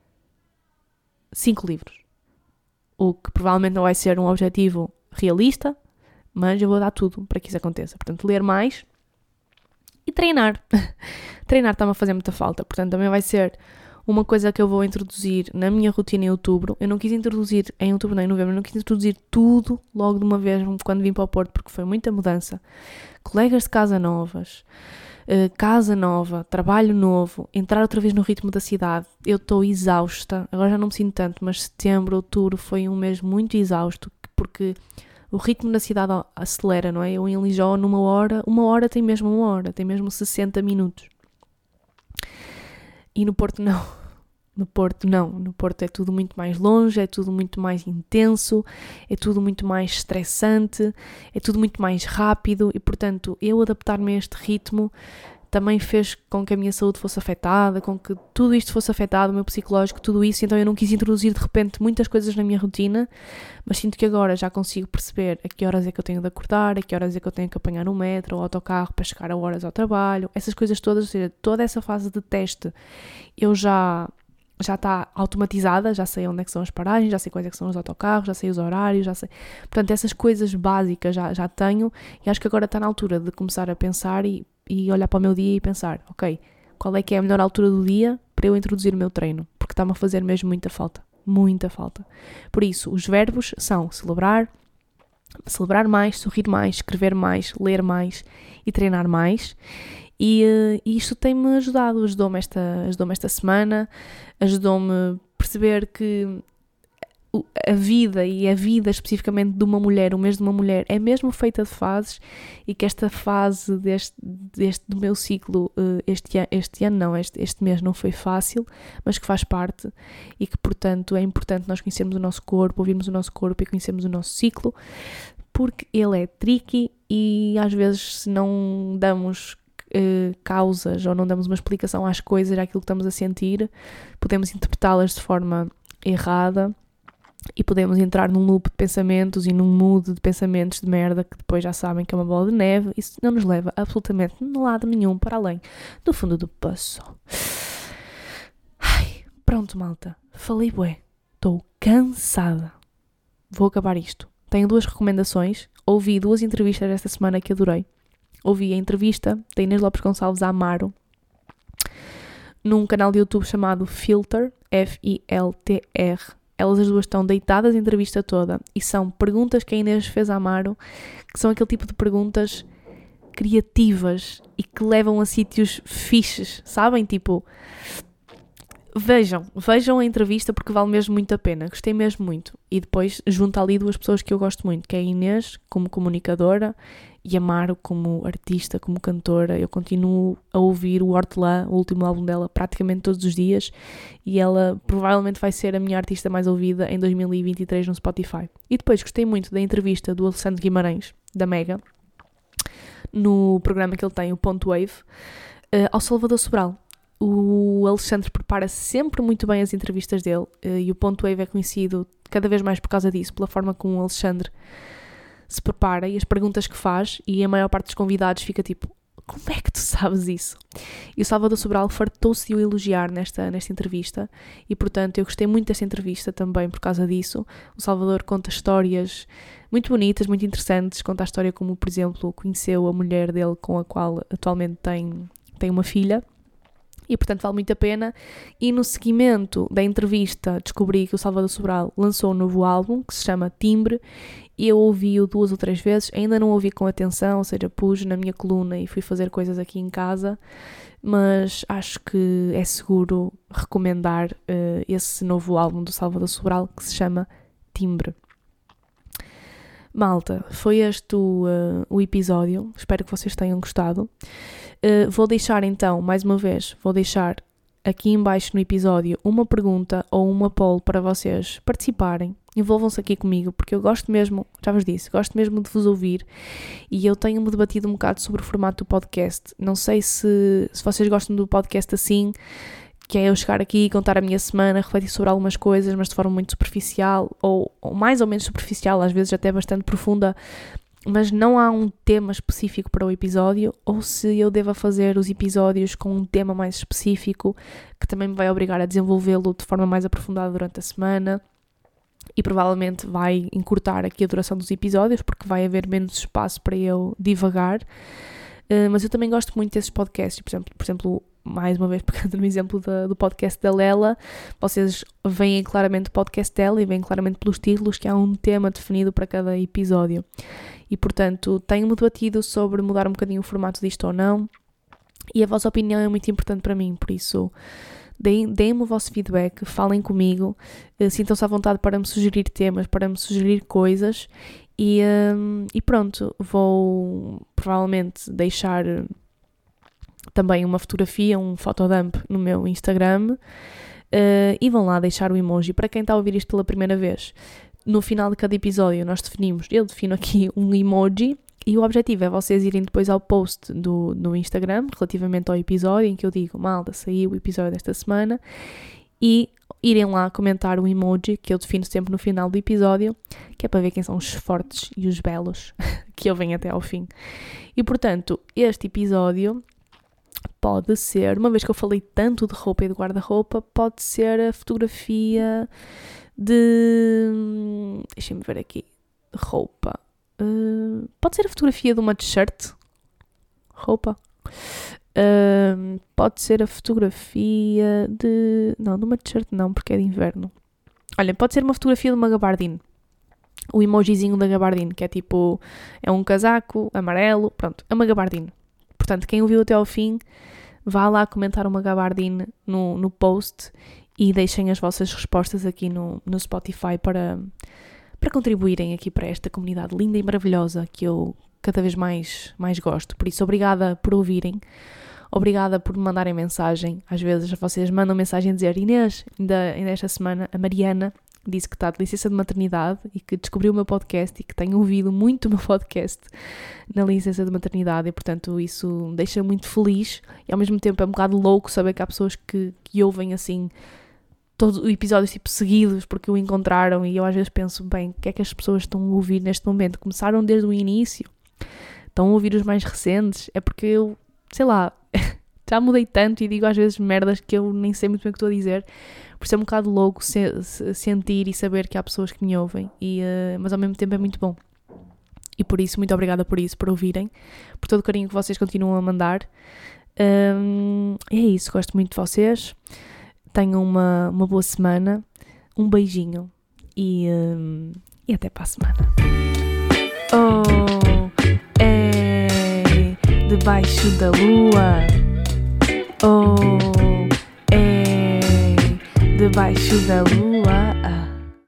cinco livros. O que provavelmente não vai ser um objetivo realista, mas eu vou dar tudo para que isso aconteça. Portanto, ler mais e treinar. Treinar está-me a fazer muita falta. Portanto, também vai ser uma coisa que eu vou introduzir na minha rotina em outubro. Eu não quis introduzir em outubro nem em novembro, eu não quis introduzir tudo logo de uma vez quando vim para o Porto, porque foi muita mudança. Colegas de casa novas, uh, casa nova, trabalho novo, entrar outra vez no ritmo da cidade. Eu estou exausta, agora já não me sinto tanto, mas setembro, outubro foi um mês muito exausto, porque o ritmo na cidade acelera, não é? Eu em Lijó, numa hora, uma hora tem mesmo uma hora, tem mesmo sessenta minutos. E no Porto não. No Porto não, no Porto é tudo muito mais longe, é tudo muito mais intenso, é tudo muito mais estressante, é tudo muito mais rápido e, portanto, eu adaptar-me a este ritmo também fez com que a minha saúde fosse afetada, com que tudo isto fosse afetado, o meu psicológico, tudo isso, então eu não quis introduzir de repente muitas coisas na minha rotina, mas sinto que agora já consigo perceber a que horas é que eu tenho de acordar, a que horas é que eu tenho que apanhar o metro ou o autocarro para chegar a horas ao trabalho, essas coisas todas, ou seja, toda essa fase de teste eu já... já está automatizada, já sei onde é que são as paragens, já sei quais é que são os autocarros, já sei os horários, já sei... Portanto, essas coisas básicas já, já tenho e acho que agora está na altura de começar a pensar e, e olhar para o meu dia e pensar, ok, qual é que é a melhor altura do dia para eu introduzir o meu treino? Porque está-me a fazer mesmo muita falta, muita falta. Por isso, os verbos são celebrar, celebrar mais, sorrir mais, escrever mais, ler mais e treinar mais. E, e isto tem-me ajudado, ajudou-me esta, ajudou-me esta semana, ajudou-me a perceber que a vida, e a vida especificamente de uma mulher, o mês de uma mulher, é mesmo feita de fases e que esta fase deste, deste do meu ciclo, este, este ano não, este, este mês não foi fácil, mas que faz parte e que, portanto, é importante nós conhecermos o nosso corpo, ouvirmos o nosso corpo e conhecermos o nosso ciclo, porque ele é tricky e às vezes se não damos Uh, causas ou não damos uma explicação às coisas, àquilo que estamos a sentir, podemos interpretá-las de forma errada e podemos entrar num loop de pensamentos e num mood de pensamentos de merda que depois já sabem que é uma bola de neve. Isso não nos leva absolutamente de lado nenhum para além do fundo do poço. Ai, pronto, malta, falei bué, estou cansada, vou acabar isto. Tenho duas recomendações, ouvi duas entrevistas esta semana que adorei. Ouvi a entrevista da Inês Lopes Gonçalves à Amaro num canal de YouTube chamado Filter, F I L T R. Elas as duas estão deitadas a entrevista toda e são perguntas que a Inês fez à Amaro, que são aquele tipo de perguntas criativas e que levam a sítios fixes, sabem? Tipo, vejam, vejam a entrevista porque vale mesmo muito a pena, gostei mesmo muito. E depois junto ali duas pessoas que eu gosto muito, que é a Inês como comunicadora e a Amaro como artista, como cantora. Eu continuo a ouvir o Hortelã, o último álbum dela, praticamente todos os dias e ela provavelmente vai ser a minha artista mais ouvida em dois mil e vinte e três no Spotify. E depois gostei muito da entrevista do Alexandre Guimarães, da Mega, no programa que ele tem, o Ponto Wave, uh, ao Salvador Sobral. O Alexandre prepara sempre muito bem as entrevistas dele uh, e o Ponto Wave é conhecido cada vez mais por causa disso, pela forma como o Alexandre se prepara e as perguntas que faz, e a maior parte dos convidados fica tipo, como é que tu sabes isso? E o Salvador Sobral fartou-se de o elogiar nesta, nesta entrevista e, portanto, eu gostei muito desta entrevista também por causa disso. O Salvador conta histórias muito bonitas, muito interessantes, conta a história como, por exemplo, conheceu a mulher dele com a qual atualmente tem, tem uma filha. E, portanto, vale muito a pena. E no seguimento da entrevista descobri que o Salvador Sobral lançou um novo álbum que se chama Timbre e eu ouvi-o duas ou três vezes, ainda não ouvi com atenção, ou seja, pus na minha coluna e fui fazer coisas aqui em casa, mas acho que é seguro recomendar uh, esse novo álbum do Salvador Sobral que se chama Timbre. Malta, foi este o, uh, o episódio, espero que vocês tenham gostado. Uh, vou deixar então, mais uma vez, vou deixar aqui em baixo no episódio uma pergunta ou uma poll para vocês participarem. Envolvam-se aqui comigo, porque eu gosto mesmo, já vos disse, gosto mesmo de vos ouvir e eu tenho-me debatido um bocado sobre o formato do podcast. Não sei se, se vocês gostam do podcast assim, que é eu chegar aqui e contar a minha semana, refletir sobre algumas coisas, mas de forma muito superficial, ou, ou mais ou menos superficial, às vezes até bastante profunda, mas não há um tema específico para o episódio, ou se eu devo fazer os episódios com um tema mais específico, que também me vai obrigar a desenvolvê-lo de forma mais aprofundada durante a semana, e provavelmente vai encurtar aqui a duração dos episódios, porque vai haver menos espaço para eu divagar. Uh, mas eu também gosto muito desses podcasts, por exemplo, por exemplo mais uma vez pegando no exemplo da, do podcast da Lela, vocês veem claramente o podcast dela e veem claramente pelos títulos que há um tema definido para cada episódio. E, portanto, tenho-me debatido sobre mudar um bocadinho o formato disto ou não. E a vossa opinião é muito importante para mim, por isso deem, deem-me o vosso feedback, falem comigo, uh, sintam-se à vontade para me sugerir temas, para me sugerir coisas e, um, e pronto, vou provavelmente deixar também uma fotografia, um fotodump no meu Instagram uh, e vão lá deixar o emoji. Para quem está a ouvir isto pela primeira vez, no final de cada episódio nós definimos, eu defino aqui um emoji e o objetivo é vocês irem depois ao post do, do Instagram relativamente ao episódio em que eu digo, malta, saiu o episódio desta semana e irem lá comentar o emoji que eu defino sempre no final do episódio, que é para ver quem são os fortes e os belos que ouvem até ao fim. E portanto, este episódio pode ser, uma vez que eu falei tanto de roupa e de guarda-roupa, pode ser a fotografia de... Deixem-me ver aqui. Roupa. Uh, pode ser a fotografia de uma t-shirt. Roupa. Uh, pode ser a fotografia de... Não, de uma t-shirt não, porque é de inverno. Olha, pode ser uma fotografia de uma gabardine. O emojizinho da gabardine, que é tipo... É um casaco amarelo. Pronto, é uma gabardine. Portanto, quem ouviu até ao fim, vá lá comentar uma gabardine no, no post e deixem as vossas respostas aqui no, no Spotify para, para contribuírem aqui para esta comunidade linda e maravilhosa que eu cada vez mais, mais gosto. Por isso, obrigada por ouvirem, obrigada por me mandarem mensagem. Às vezes vocês mandam mensagem a dizer, Inês, ainda, ainda esta semana a Mariana disse que está de licença de maternidade e que descobriu o meu podcast e que tem ouvido muito o meu podcast na licença de maternidade e, portanto, isso deixa muito feliz e, ao mesmo tempo, é um bocado louco saber que há pessoas que, que ouvem, assim, todos os episódios, tipo, seguidos porque o encontraram e eu, às vezes, penso, bem, o que é que as pessoas estão a ouvir neste momento? Começaram desde o início? Estão a ouvir os mais recentes? É porque eu, sei lá... Já mudei tanto e digo às vezes merdas que eu nem sei muito bem o que estou a dizer. Por isso é um bocado louco se, se, sentir e saber que há pessoas que me ouvem. E, uh, mas ao mesmo tempo é muito bom. E por isso, muito obrigada por isso, por ouvirem. Por todo o carinho que vocês continuam a mandar. Um, é isso, gosto muito de vocês. Tenham uma, uma boa semana. Um beijinho. E, um, e até para a semana. Oh, é debaixo da lua. Oh, é debaixo da lua.